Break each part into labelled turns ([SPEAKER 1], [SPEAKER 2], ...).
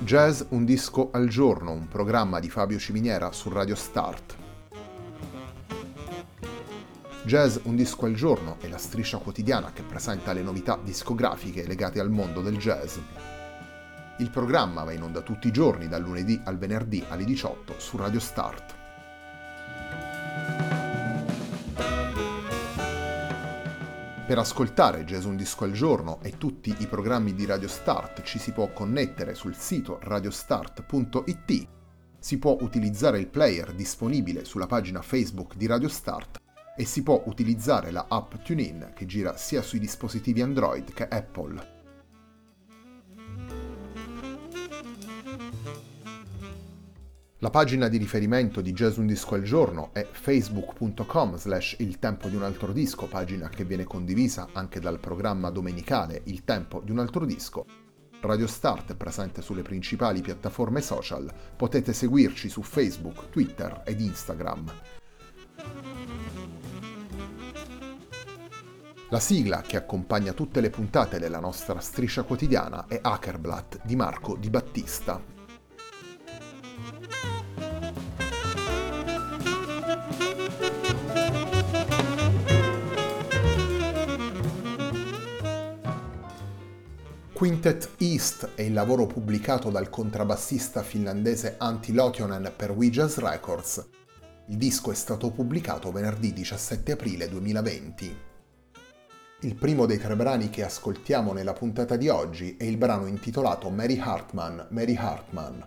[SPEAKER 1] Jazz un disco al giorno, un programma di Fabio Ciminiera su Radio Start. Jazz un disco al giorno è la striscia quotidiana che presenta le novità discografiche legate al mondo del jazz. Il programma va in onda tutti i giorni dal lunedì al venerdì alle 18 su Radio Start. Per ascoltare Jazz un disco al giorno e tutti i programmi di Radio Start ci si può connettere sul sito radiostart.it, si può utilizzare il player disponibile sulla pagina Facebook di Radio Start e si può utilizzare la app TuneIn che gira sia sui dispositivi Android che Apple. La pagina di riferimento di Jazz un disco al giorno è facebook.com/il tempo di un altro disco, pagina che viene condivisa anche dal programma domenicale Il tempo di un altro disco. Radio Start è presente sulle principali piattaforme social, potete seguirci su Facebook, Twitter ed Instagram. La sigla che accompagna tutte le puntate della nostra striscia quotidiana è Hackerblatt di Marco Di Battista. Quintet East è il lavoro pubblicato dal contrabbassista finlandese Antti Lotionen per We Jazz Records. Il disco è stato pubblicato venerdì 17 aprile 2020. Il primo dei 3 brani che ascoltiamo nella puntata di oggi è il brano intitolato Mary Hartman, Mary Hartman.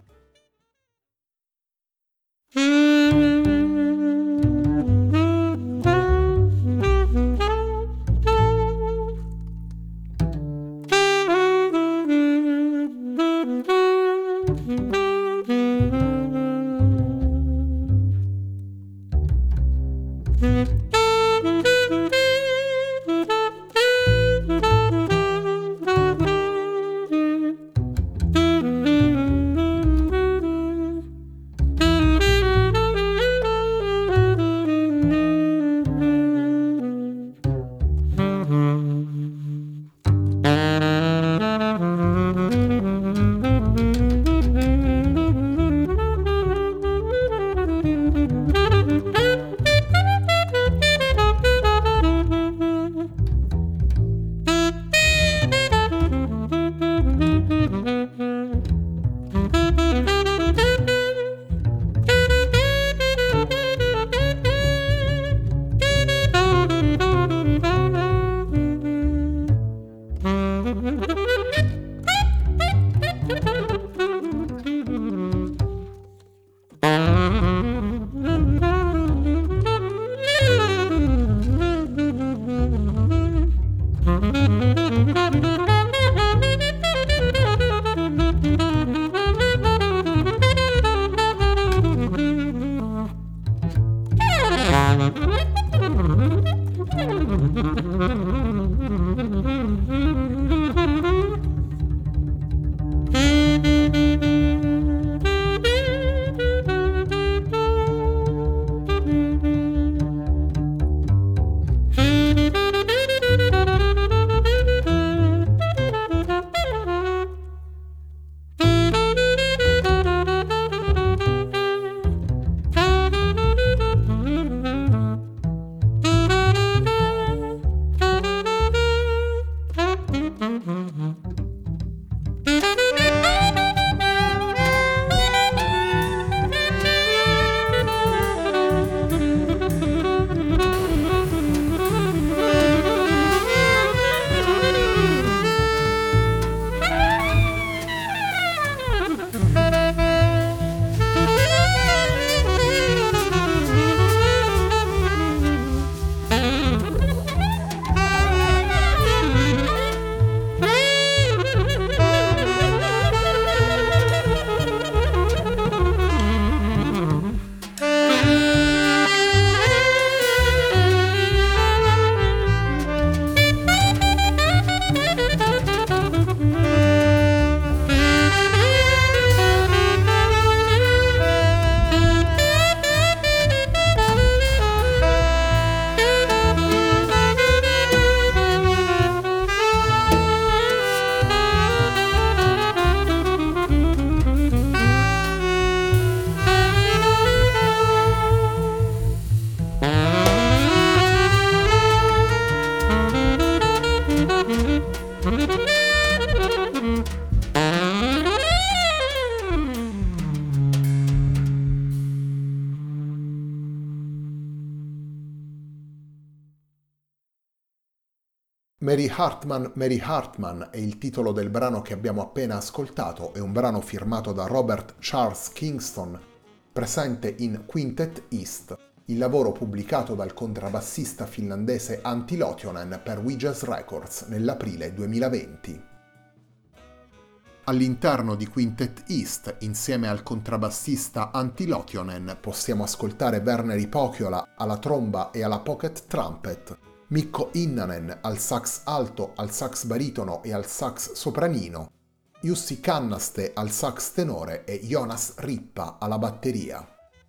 [SPEAKER 1] Mary Hartman è il titolo del brano che abbiamo appena ascoltato, è un brano firmato da Robert Charles Kingston, presente in Quintet East, il lavoro pubblicato dal contrabbassista finlandese Antti Lotionen per We Jazz Records nell'aprile 2020. All'interno di Quintet East, insieme al contrabbassista Antti Lotionen, possiamo ascoltare Verneri Pohjola alla tromba e alla pocket trumpet, Mikko Innanen al sax alto, al sax baritono e al sax sopranino, Jussi Kannaste al sax tenore e Jonas Rippa alla batteria.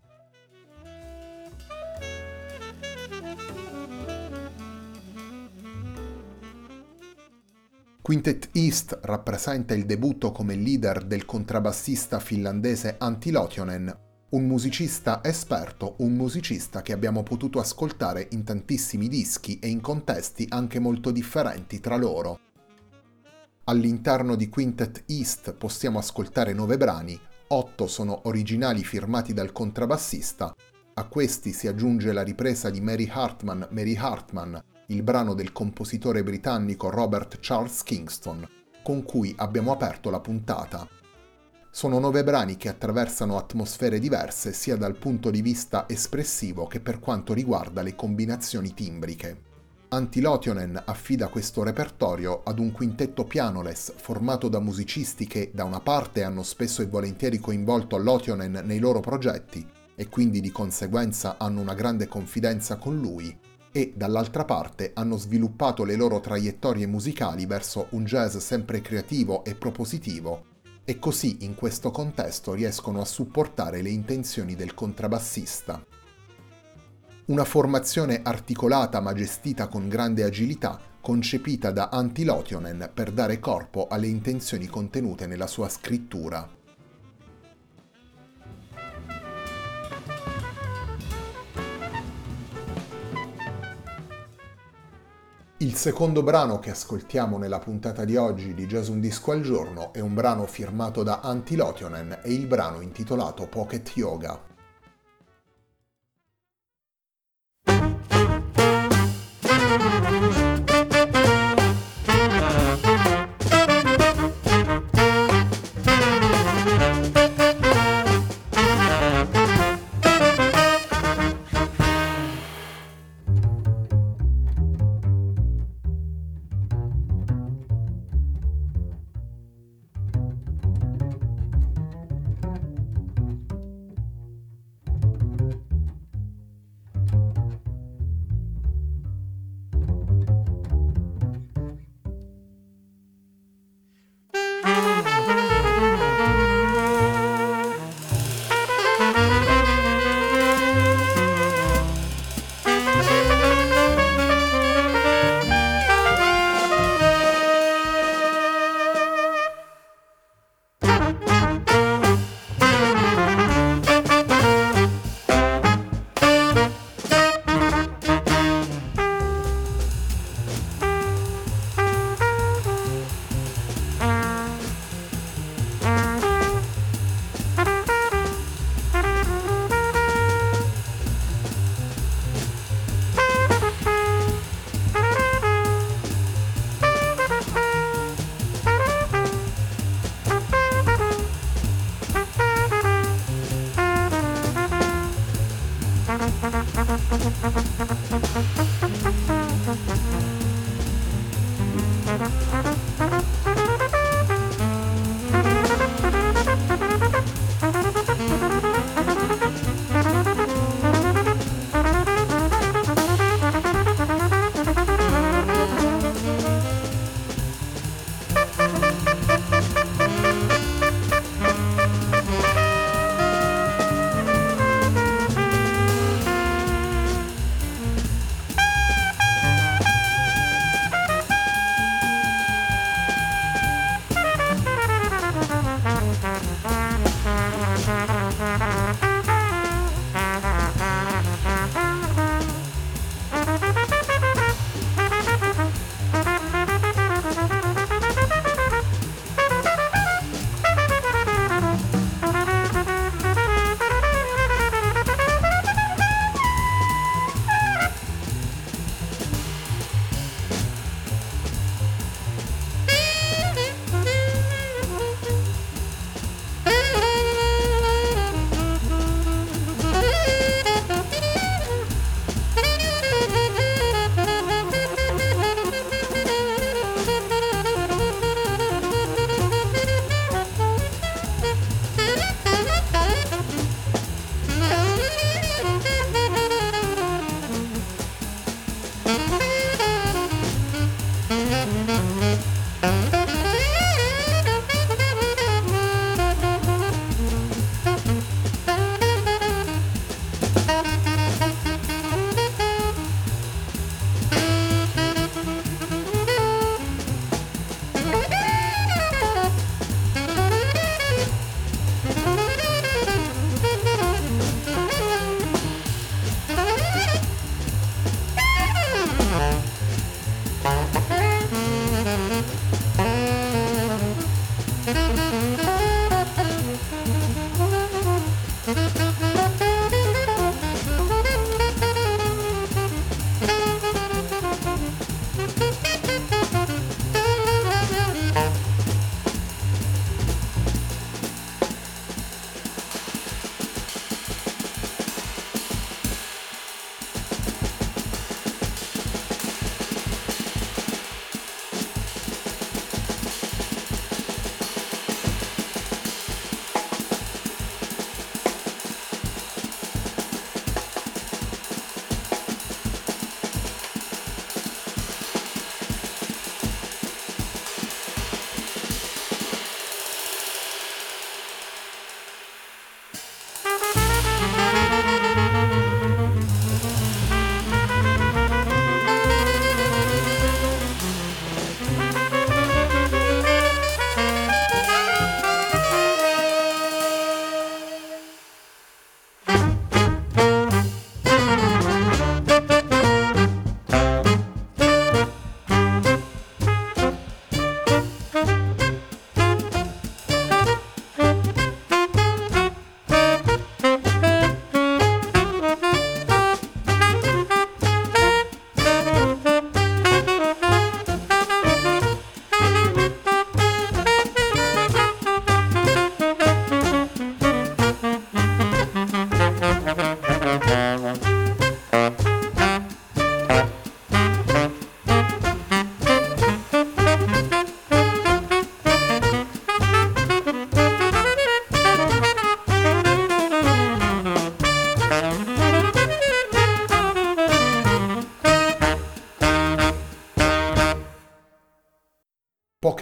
[SPEAKER 1] Quintet East rappresenta il debutto come leader del contrabbassista finlandese Antti Lotionen, un musicista esperto, un musicista che abbiamo potuto ascoltare in tantissimi dischi e in contesti anche molto differenti tra loro. All'interno di Quintet East possiamo ascoltare 9 brani, 8 sono originali firmati dal contrabbassista, a questi si aggiunge la ripresa di Mary Hartman, il brano del compositore britannico Robert Charles Kingston, con cui abbiamo aperto la puntata. Sono 9 brani che attraversano atmosfere diverse sia dal punto di vista espressivo che per quanto riguarda le combinazioni timbriche. Antti Lotionen affida questo repertorio ad un quintetto pianoles formato da musicisti che da una parte hanno spesso e volentieri coinvolto Lotionen nei loro progetti e quindi di conseguenza hanno una grande confidenza con lui, e dall'altra parte hanno sviluppato le loro traiettorie musicali verso un jazz sempre creativo e propositivo, e così in questo contesto riescono a supportare le intenzioni del contrabbassista. Una formazione articolata ma gestita con grande agilità, concepita da Antti Lotionen per dare corpo alle intenzioni contenute nella sua scrittura. Il secondo brano che ascoltiamo nella puntata di oggi di Jazz Un Disco al Giorno è un brano firmato da Antti Lotionen e il brano intitolato Pocket Yoga.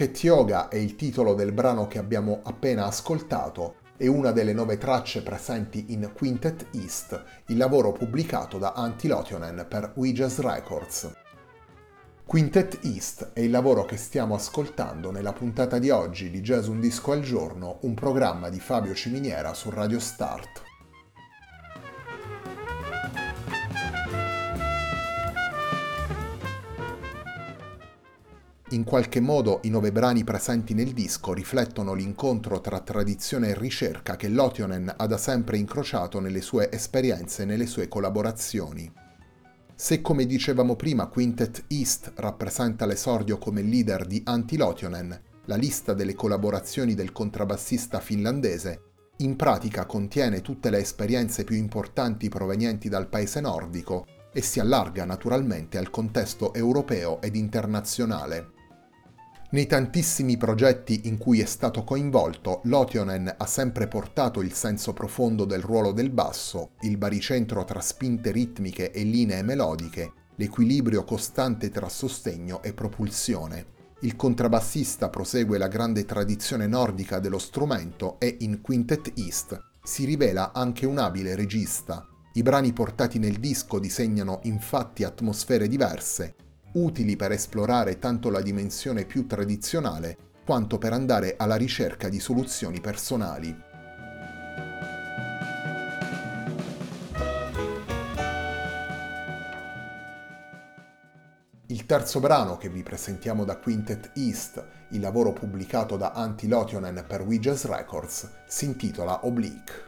[SPEAKER 1] Pocket Yoga è il titolo del brano che abbiamo appena ascoltato e una delle 9 tracce presenti in Quintet East, il lavoro pubblicato da Antti Lotionen per Ouija's Records. Quintet East è il lavoro che stiamo ascoltando nella puntata di oggi di Jazz Un Disco al Giorno, un programma di Fabio Ciminiera su Radio Start. In qualche modo i 9 brani presenti nel disco riflettono l'incontro tra tradizione e ricerca che Lotionen ha da sempre incrociato nelle sue esperienze e nelle sue collaborazioni. Se, come dicevamo prima, Quintet East rappresenta l'esordio come leader di Antti Lotionen, la lista delle collaborazioni del contrabbassista finlandese in pratica contiene tutte le esperienze più importanti provenienti dal paese nordico e si allarga naturalmente al contesto europeo ed internazionale. Nei tantissimi progetti in cui è stato coinvolto, Lotionen ha sempre portato il senso profondo del ruolo del basso, il baricentro tra spinte ritmiche e linee melodiche, l'equilibrio costante tra sostegno e propulsione. Il contrabbassista prosegue la grande tradizione nordica dello strumento e in Quintet East si rivela anche un abile regista. I brani portati nel disco disegnano infatti atmosfere diverse, utili per esplorare tanto la dimensione più tradizionale quanto per andare alla ricerca di soluzioni personali. Il terzo brano che vi presentiamo da Quintet East, il lavoro pubblicato da Antti Lotionen per Ouija's Records, si intitola Oblique.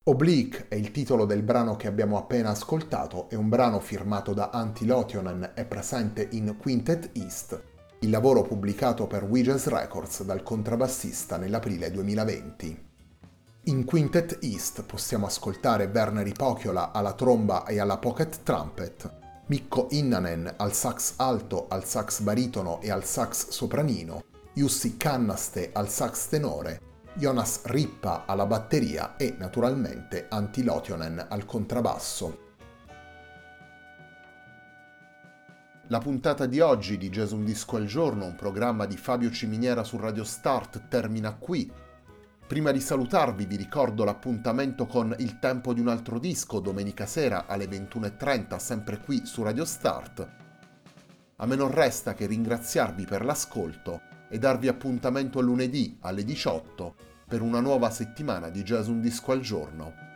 [SPEAKER 1] Oblique è il titolo del brano che abbiamo appena ascoltato, è un brano firmato da Antti Lotionen e presente in Quintet East, il lavoro pubblicato per Wiggles Records dal contrabbassista nell'aprile 2020. In Quintet East possiamo ascoltare Verneri Pohjola alla tromba e alla pocket trumpet, Mikko Innanen al sax alto, al sax baritono e al sax sopranino, Jussi Kannaste al sax tenore, Jonas Rippa alla batteria e naturalmente Antti Lotionen al contrabbasso. La puntata di oggi di Jazz Un Disco al Giorno, un programma di Fabio Ciminiera su Radio Start, termina qui. Prima di salutarvi vi ricordo l'appuntamento con Il tempo di un altro disco domenica sera alle 21:30 sempre qui su Radio Start. A me non resta che ringraziarvi per l'ascolto e darvi appuntamento lunedì alle 18 per una nuova settimana di Jazz Un Disco al Giorno.